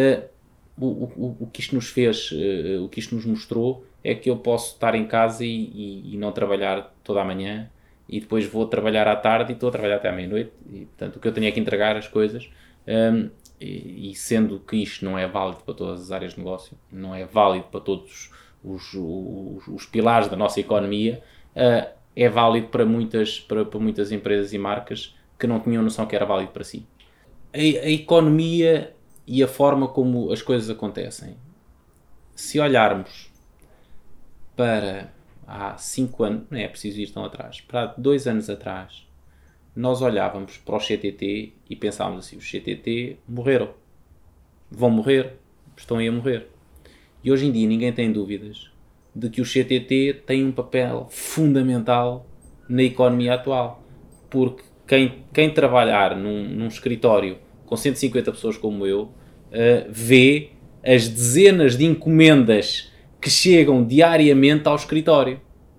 O que isto nos fez, o que isto nos mostrou, é que eu posso estar em casa e não trabalhar toda a manhã, e depois vou trabalhar à tarde e estou a trabalhar até à meia-noite, e portanto o que eu tenho é que entregar as coisas, e sendo que isto não é válido para todas as áreas de negócio, não é válido para todos os pilares da nossa economia, é válido para muitas empresas e marcas que não tinham noção que era válido para si. A economia e a forma como as coisas acontecem, se olharmos para há 5 anos, não é preciso ir tão atrás, para 2 anos atrás, nós olhávamos para os CTT e pensávamos assim, os CTT morreram, vão morrer, estão aí a morrer. E hoje em dia ninguém tem dúvidas de que os CTT têm um papel fundamental na economia atual, porque quem trabalhar num escritório com 150 pessoas como eu, vê as dezenas de encomendas que chegam diariamente ao escritório.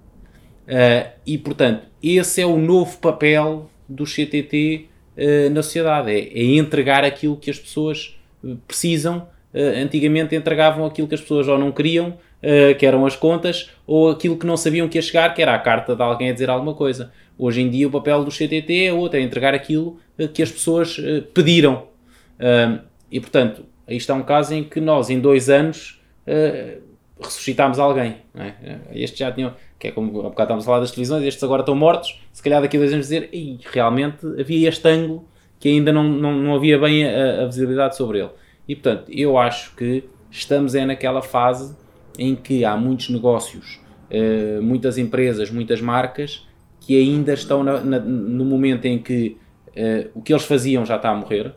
E, portanto, esse é o novo papel do CTT na sociedade, é entregar aquilo que as pessoas precisam. Antigamente entregavam aquilo que as pessoas ou não queriam, que eram as contas, ou aquilo que não sabiam que ia chegar, que era a carta de alguém a dizer alguma coisa. Hoje em dia o papel do CTT é outro, é entregar aquilo que as pessoas pediram. E, portanto, aí está um caso em que nós, em 2 anos, ressuscitámos alguém. Não é? Estes já tinham, que é como há bocado estávamos a falar das televisões, estes agora estão mortos, se calhar daqui a 2 anos dizer, realmente havia este ângulo que ainda não havia bem a visibilidade sobre ele. E, portanto, eu acho que estamos naquela fase em que há muitos negócios, muitas empresas, muitas marcas, que ainda estão no momento em que o que eles faziam já está a morrer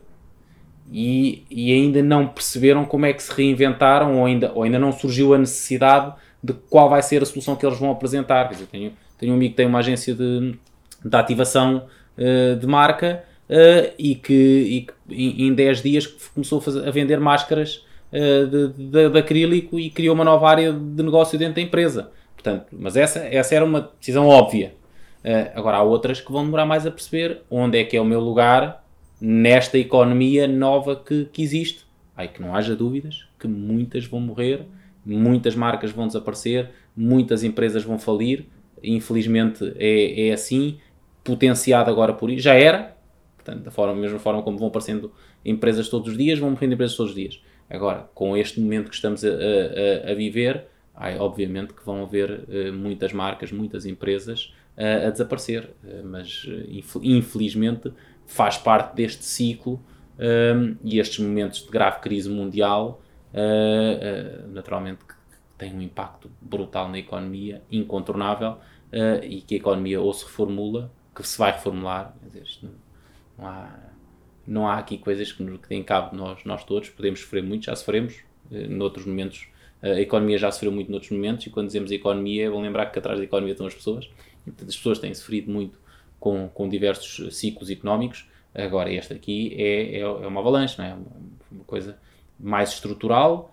e ainda não perceberam como é que se reinventaram, ou ainda não surgiu a necessidade de qual vai ser a solução que eles vão apresentar. Quer dizer, tenho um amigo que tem uma agência de ativação de marca, e que em 10 dias começou a vender máscaras de acrílico e criou uma nova área de negócio dentro da empresa. Portanto, mas essa era uma decisão óbvia. Agora há outras que vão demorar mais a perceber onde é que é o meu lugar nesta economia nova que existe. Aí que não haja dúvidas que muitas vão morrer, muitas marcas vão desaparecer, muitas empresas vão falir. Infelizmente é assim, potenciado agora por isso. Já era, portanto, da mesma forma como vão aparecendo empresas todos os dias, vão morrendo empresas todos os dias. Agora, com este momento que estamos a viver, obviamente que vão haver muitas marcas, muitas empresas a desaparecer, mas infelizmente faz parte deste ciclo e estes momentos de grave crise mundial naturalmente que têm um impacto brutal na economia, incontornável, e que a economia ou se reformula, que se vai reformular, quer dizer, não há aqui coisas que têm cabo de nós todos, podemos sofrer muito, já sofremos noutros momentos, a economia já sofreu muito noutros momentos, e quando dizemos economia, vou lembrar que atrás da economia estão as pessoas, e, portanto, as pessoas têm sofrido muito com diversos ciclos económicos. Agora este aqui é uma avalanche, não é? Uma coisa mais estrutural,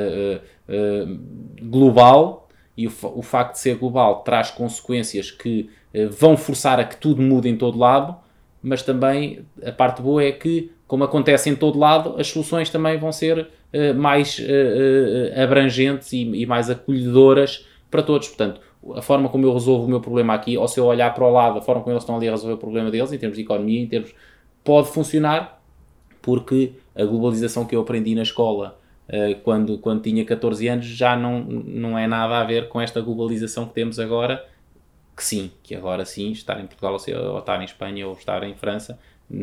global, e o facto de ser global traz consequências que vão forçar a que tudo mude em todo lado, mas também a parte boa é que, como acontece em todo lado, as soluções também vão ser mais abrangentes e mais acolhedoras para todos. Portanto, a forma como eu resolvo o meu problema aqui, ou se eu olhar para o lado, a forma como eles estão ali a resolver o problema deles, em termos de economia, pode funcionar, porque a globalização que eu aprendi na escola quando tinha 14 anos já não é nada a ver com esta globalização que temos agora, que agora sim, estar em Portugal ou estar em Espanha ou estar em França,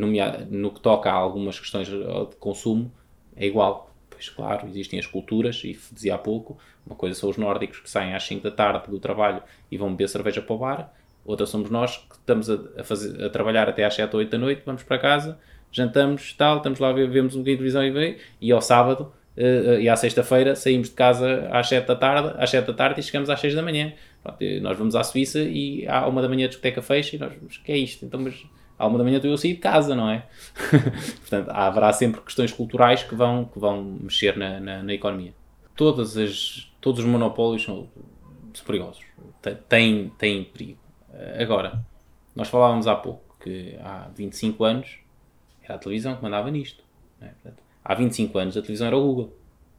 no que toca a algumas questões de consumo, é igual. Pois claro, existem as culturas, e dizia há pouco, uma coisa são os nórdicos que saem às 5 da tarde do trabalho e vão beber cerveja para o bar, outra somos nós que estamos a trabalhar até às 7 ou 8 da noite, vamos para casa, jantamos, estamos lá, vemos um bocadinho de televisão e ao sábado e à sexta-feira saímos de casa às 7 da tarde e chegamos às 6 da manhã. Pronto, nós vamos à Suíça e à 1 da manhã a discoteca fecha e nós, mas o que é isto? Então, mas à 1 da manhã eu saí de casa, não é? Portanto, haverá sempre questões culturais que vão mexer na economia. Todos os monopólios são perigosos, têm perigo. Agora, nós falávamos há pouco que há 25 anos era a televisão que mandava nisto, não é? Portanto, há 25 anos a televisão era o Google,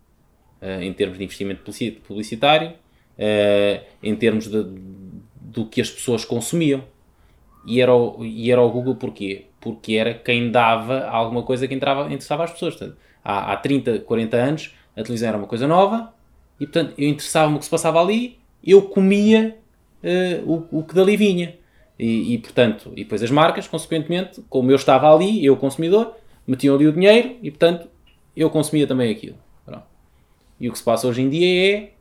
em termos de investimento publicitário, em termos do que as pessoas consumiam. E era o Google porquê? Porque era quem dava alguma coisa que interessava às pessoas. Portanto, há 30, 40 anos a televisão era uma coisa nova e, portanto, eu interessava-me o que se passava ali, eu comia o que dali vinha. E, portanto, e depois as marcas, consequentemente, como eu estava ali, eu consumidor, metiam ali o dinheiro e, portanto, eu consumia também aquilo. Pronto. E o que se passa hoje em dia é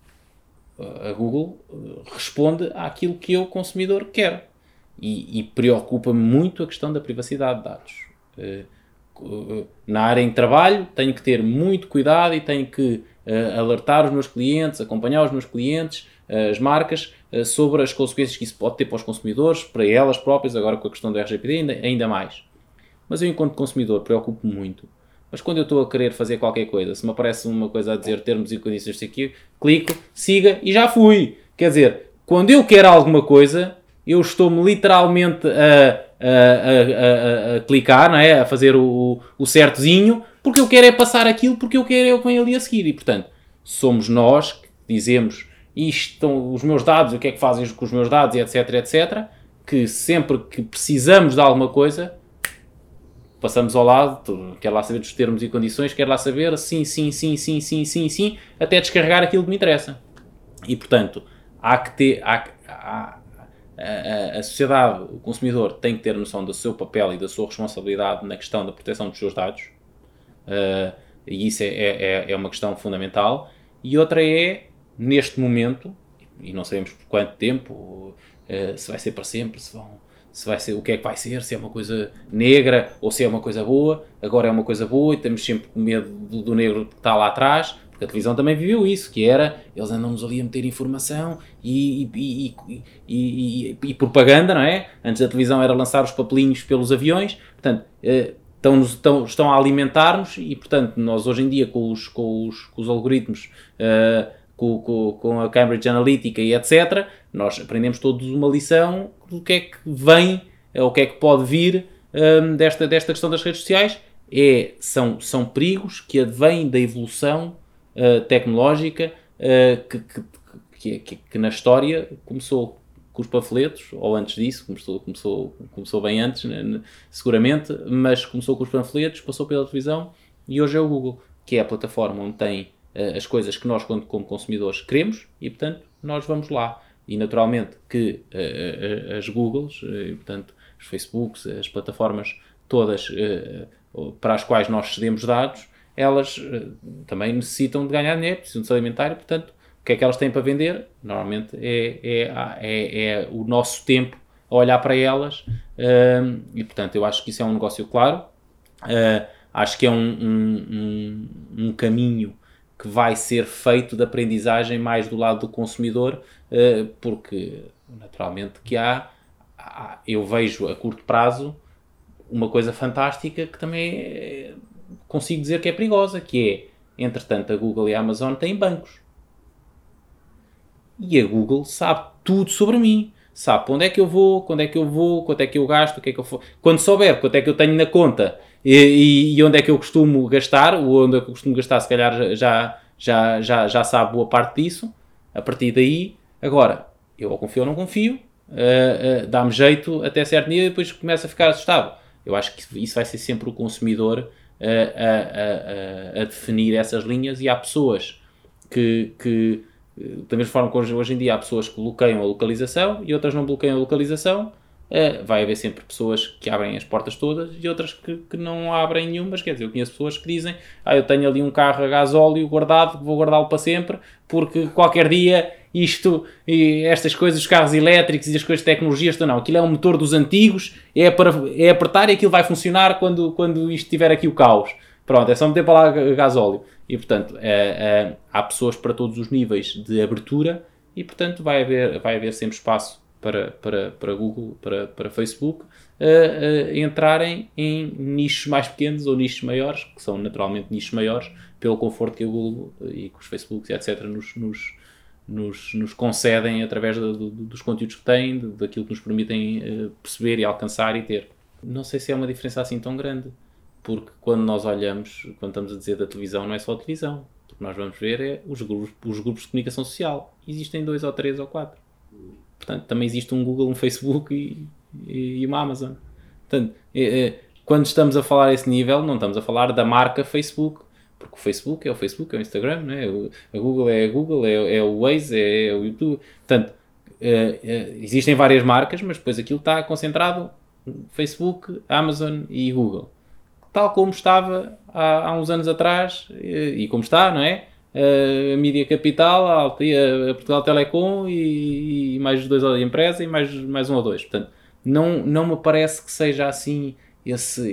a Google responde àquilo que eu, consumidor, quero. E preocupa-me muito a questão da privacidade de dados. Na área em trabalho tenho que ter muito cuidado e tenho que alertar os meus clientes, acompanhar os meus clientes, as marcas, sobre as consequências que isso pode ter para os consumidores, para elas próprias, agora com a questão do RGPD ainda mais. Mas eu, enquanto consumidor, preocupo-me muito. Mas quando eu estou a querer fazer qualquer coisa, se me aparece uma coisa a dizer termos e condições aqui, clico, siga e já fui. Quer dizer, quando eu quero alguma coisa, eu estou-me literalmente a clicar, não é? A fazer o certozinho, porque eu quero é passar aquilo, porque eu quero é o que vem ali a seguir. E, portanto, somos nós que dizemos isto estão os meus dados, o que é que fazem com os meus dados, etc, etc, que sempre que precisamos de alguma coisa, passamos ao lado, quer lá saber dos termos e condições, quer lá saber sim, até descarregar aquilo que me interessa. E, portanto, há que ter... A sociedade, o consumidor, tem que ter noção do seu papel e da sua responsabilidade na questão da proteção dos seus dados, e isso é uma questão fundamental. E outra é, neste momento, e não sabemos por quanto tempo, se vai ser para sempre, se vai ser, o que é que vai ser, se é uma coisa negra ou se é uma coisa boa. Agora é uma coisa boa e temos sempre medo do negro que está lá atrás. Porque a televisão também viveu isso, que era, eles andam-nos ali a meter informação e propaganda, não é? Antes da televisão era lançar os papelinhos pelos aviões. Portanto, estão a alimentar-nos e, portanto, nós hoje em dia com os algoritmos, com a Cambridge Analytica e etc., nós aprendemos todos uma lição do que é que vem, ou o que é que pode vir desta questão das redes sociais. São perigos que advêm da evolução tecnológica que na história começou com os panfletos, ou antes disso, começou bem antes, seguramente, mas começou com os panfletos, passou pela televisão e hoje é o Google, que é a plataforma onde tem as coisas que nós, como consumidores, queremos e, portanto, nós vamos lá. E, naturalmente, que as Googles, e, portanto, os Facebooks, as plataformas todas para as quais nós cedemos dados, elas também necessitam de ganhar dinheiro, precisam de se alimentar e, portanto, o que é que elas têm para vender? Normalmente é o nosso tempo a olhar para elas e, portanto, eu acho que isso é um negócio claro. Acho que é um caminho que vai ser feito de aprendizagem mais do lado do consumidor, porque, naturalmente, que eu vejo a curto prazo uma coisa fantástica que também consigo dizer que é perigosa, que é, entretanto, a Google e a Amazon têm bancos. E a Google sabe tudo sobre mim. Sabe para onde é que eu vou, quando é que eu vou, quanto é que eu gasto, o que é que eu faço. Quando souber quanto é que eu tenho na conta e onde é que eu costumo gastar, ou onde é que eu costumo gastar, se calhar já sabe boa parte disso. A partir daí, agora, eu ou confio ou não confio, dá-me jeito até certo nível e depois começo a ficar assustado. Eu acho que isso vai ser sempre o consumidor a definir essas linhas, e há pessoas que da mesma forma que hoje em dia há pessoas que bloqueiam a localização e outras não bloqueiam a localização, vai haver sempre pessoas que abrem as portas todas e outras que não abrem nenhumas. Quer dizer, eu conheço pessoas que dizem, eu tenho ali um carro a gasóleo guardado, vou guardá-lo para sempre, porque qualquer dia estas coisas, os carros elétricos e as coisas de tecnologia, aquilo é um motor dos antigos, é apertar e aquilo vai funcionar quando isto tiver aqui o caos. Pronto, é só meter para lá gasóleo. E, portanto, há pessoas para todos os níveis de abertura e, portanto, vai haver sempre espaço para Google, para Facebook, entrarem em nichos mais pequenos ou nichos maiores, que são naturalmente nichos maiores, pelo conforto que a Google e que os Facebooks, etc., nos concedem através dos conteúdos que têm, daquilo que nos permitem perceber e alcançar e ter. Não sei se é uma diferença assim tão grande. Porque quando nós olhamos, quando estamos a dizer da televisão, não é só a televisão. O que nós vamos ver é os grupos de comunicação social. Existem 2 ou 3 ou 4. Portanto, também existe um Google, um Facebook e uma Amazon. Portanto, quando estamos a falar a esse nível, não estamos a falar da marca Facebook. Porque o Facebook é o Instagram, não é? A Google é a Google, é o Waze, é o YouTube. Portanto, existem várias marcas, mas depois aquilo está concentrado no Facebook, Amazon e Google. Tal como estava há uns anos atrás, e como está, não é? A Mídia Capital, a Portugal Telecom e mais 2 da empresa e mais 1 ou 2. Portanto, não me parece que seja assim, que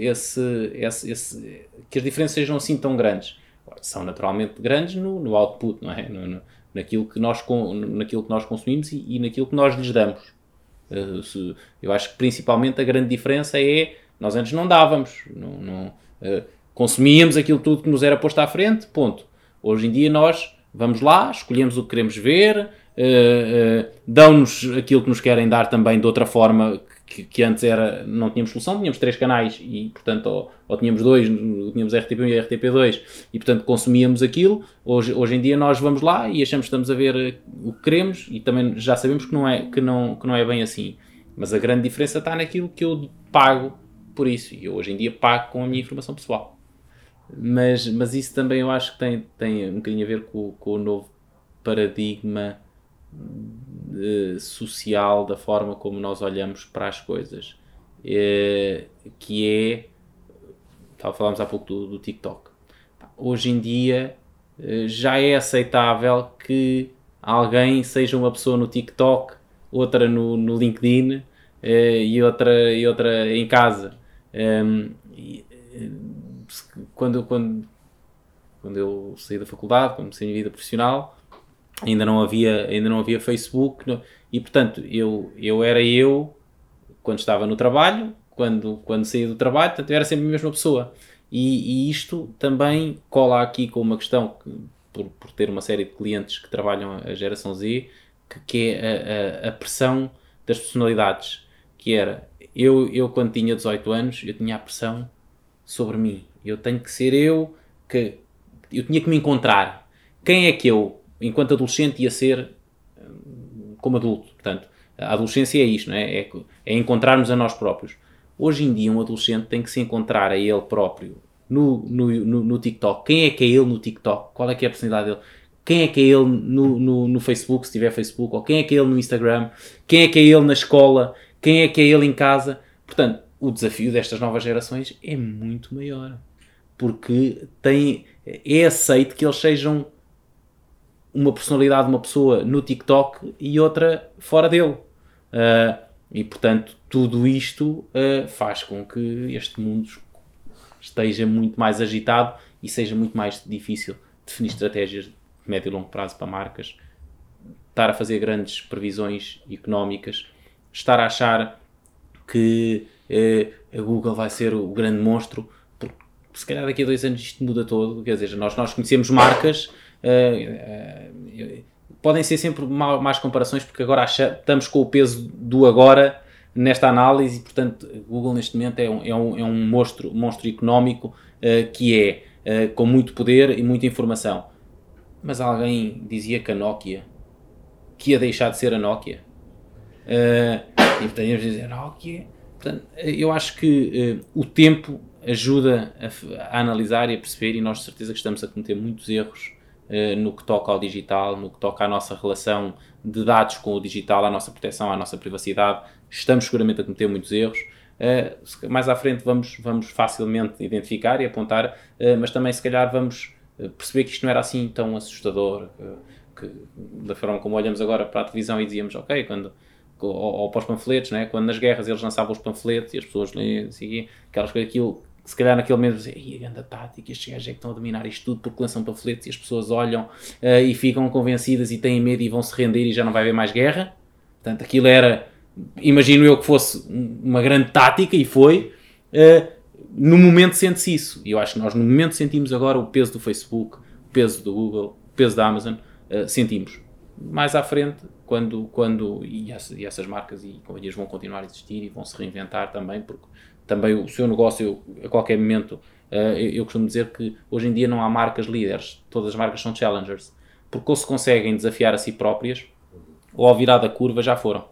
as diferenças sejam assim tão grandes. São naturalmente grandes no output, não é? Naquilo que nós consumimos e naquilo que nós lhes damos. Eu acho que principalmente a grande diferença é: nós antes não dávamos, consumíamos aquilo tudo que nos era posto à frente, ponto. Hoje em dia nós vamos lá, escolhemos o que queremos ver, dão-nos aquilo que nos querem dar também de outra forma, que antes não tínhamos solução, tínhamos 3 canais e, portanto, ou tínhamos 2, tínhamos RTP1 e RTP2 e, portanto, consumíamos aquilo. Hoje em dia nós vamos lá e achamos que estamos a ver o que queremos e também já sabemos que não é bem assim. Mas a grande diferença está naquilo que eu pago por isso, e eu hoje em dia pago com a minha informação pessoal. Mas isso também eu acho que tem um bocadinho a ver com o novo paradigma social, da forma como nós olhamos para as coisas, que falámos há pouco do TikTok. Hoje em dia já é aceitável que alguém seja uma pessoa no TikTok, outra no LinkedIn e outra em casa. Quando eu saí da faculdade, quando comecei a minha vida profissional, ainda não havia Facebook, e portanto eu era quando estava no trabalho, quando saía do trabalho, portanto eu era sempre a mesma pessoa. E isto também cola aqui com uma questão, que, por ter uma série de clientes que trabalham a geração Z, que é a pressão das personalidades, que era, eu quando tinha 18 anos, eu tinha a pressão sobre mim, eu tenho que ser eu tinha que me encontrar, quem é que eu, enquanto adolescente, ia ser como adulto. Portanto, a adolescência é isto, não é? É encontrarmos a nós próprios. Hoje em dia um adolescente tem que se encontrar a ele próprio no TikTok. Quem é que é ele no TikTok? Qual é que é a personalidade dele? Quem é que é ele no Facebook, se tiver Facebook? Ou quem é que é ele no Instagram? Quem é que é ele na escola? Quem é que é ele em casa? Portanto, o desafio destas novas gerações é muito maior. Porque é aceito que eles sejam uma personalidade, uma pessoa no TikTok e outra fora dele. E, portanto, tudo isto faz com que este mundo esteja muito mais agitado e seja muito mais difícil definir estratégias de médio e longo prazo para marcas, estar a fazer grandes previsões económicas, estar a achar que a Google vai ser o grande monstro, porque se calhar daqui a 2 anos isto muda todo. Quer dizer, nós conhecemos marcas, podem ser sempre más comparações, porque agora estamos com o peso do agora nesta análise, e portanto Google neste momento é um monstro económico que com muito poder e muita informação. Mas alguém dizia que a Nokia, que ia deixar de ser a Nokia, e podemos dizer Nokia. Portanto, eu acho que o tempo ajuda a analisar e a perceber, e nós de certeza que estamos a cometer muitos erros no que toca ao digital, no que toca à nossa relação de dados com o digital, à nossa proteção, à nossa privacidade. Estamos seguramente a cometer muitos erros. Mais à frente vamos facilmente identificar e apontar, mas também se calhar vamos perceber que isto não era assim tão assustador, que da forma como olhamos agora para a televisão e dizíamos, ok, ou para os panfletos, né? Quando nas guerras eles lançavam os panfletos e as pessoas liam, assim, aquelas coisas, aquilo, se calhar naquele momento diziam, a grande tática, estes gajos é que estão a dominar isto tudo porque lançam panfletos e as pessoas olham e ficam convencidas e têm medo e vão se render e já não vai haver mais guerra. Portanto, aquilo era, imagino eu que fosse uma grande tática, e foi. No momento sente-se isso, e eu acho que nós no momento sentimos agora o peso do Facebook, o peso do Google, o peso da Amazon, sentimos. Mais à frente, quando essas marcas e companhias vão continuar a existir e vão se reinventar também, porque também o seu negócio, a qualquer momento, eu costumo dizer que hoje em dia não há marcas líderes, todas as marcas são challengers, porque ou se conseguem desafiar a si próprias, ou ao virar da curva já foram.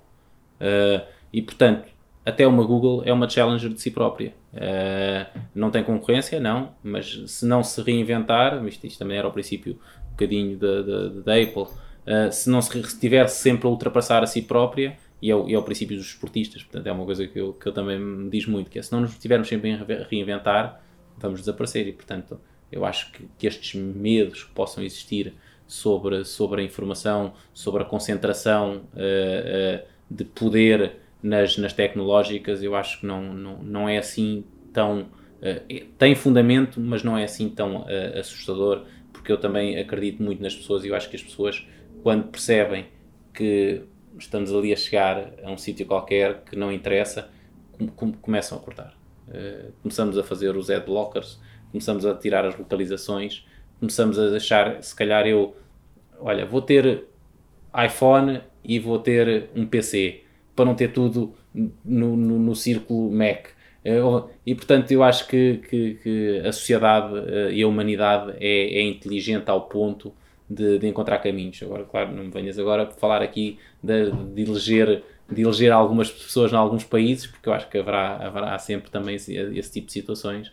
E portanto, até uma Google é uma challenger de si própria. Não tem concorrência, não, mas se não se reinventar, isto também era o princípio um bocadinho da Apple, se não se estiver sempre a ultrapassar a si própria, e é o princípio dos esportistas, portanto é uma coisa que eu também me diz muito, que é, se não nos estivermos sempre a reinventar, vamos desaparecer. E portanto eu acho que estes medos que possam existir sobre a informação, sobre a concentração de poder nas tecnológicas, eu acho que não é assim tão... tem fundamento, mas não é assim tão assustador, porque eu também acredito muito nas pessoas, e eu acho que as pessoas, quando percebem que estamos ali a chegar a um sítio qualquer que não interessa, começam a cortar. Começamos a fazer os adblockers, começamos a tirar as localizações, começamos a deixar, se calhar olha, vou ter iPhone e vou ter um PC, para não ter tudo no círculo Mac. E portanto eu acho que a sociedade e a humanidade é inteligente ao ponto de encontrar caminhos. Agora, claro, não me venhas agora falar aqui de eleger algumas pessoas em alguns países, porque eu acho que haverá sempre também esse tipo de situações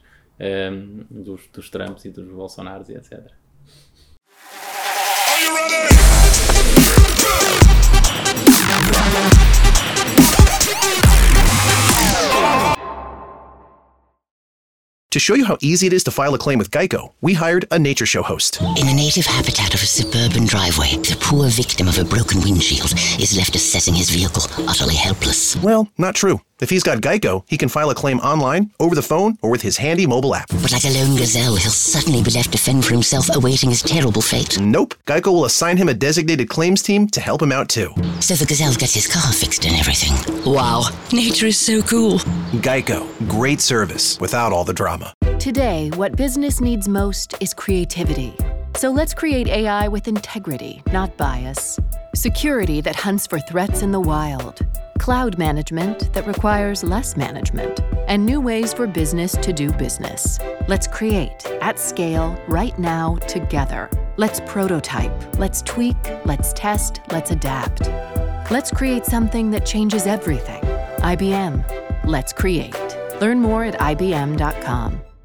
dos Trumps e dos Bolsonaros e etc. Are you ready? To show you how easy it is to file a claim with Geico, we hired a nature show host. In the native habitat of a suburban driveway, the poor victim of a broken windshield is left assessing his vehicle, utterly helpless. Well, not true. If he's got Geico, he can file a claim online, over the phone, or with his handy mobile app. But like a lone gazelle, he'll suddenly be left to fend for himself, awaiting his terrible fate. Nope. Geico will assign him a designated claims team to help him out too. So the gazelle gets his car fixed and everything. Wow, nature is so cool. Geico. Great service without all the drama. Today, what business needs most is creativity. So let's create AI with integrity, not bias. Security that hunts for threats in the wild. Cloud management that requires less management. And new ways for business to do business. Let's create at scale right now together. Let's prototype. Let's tweak. Let's test. Let's adapt. Let's create something that changes everything. IBM. Let's create. Learn more at IBM.com.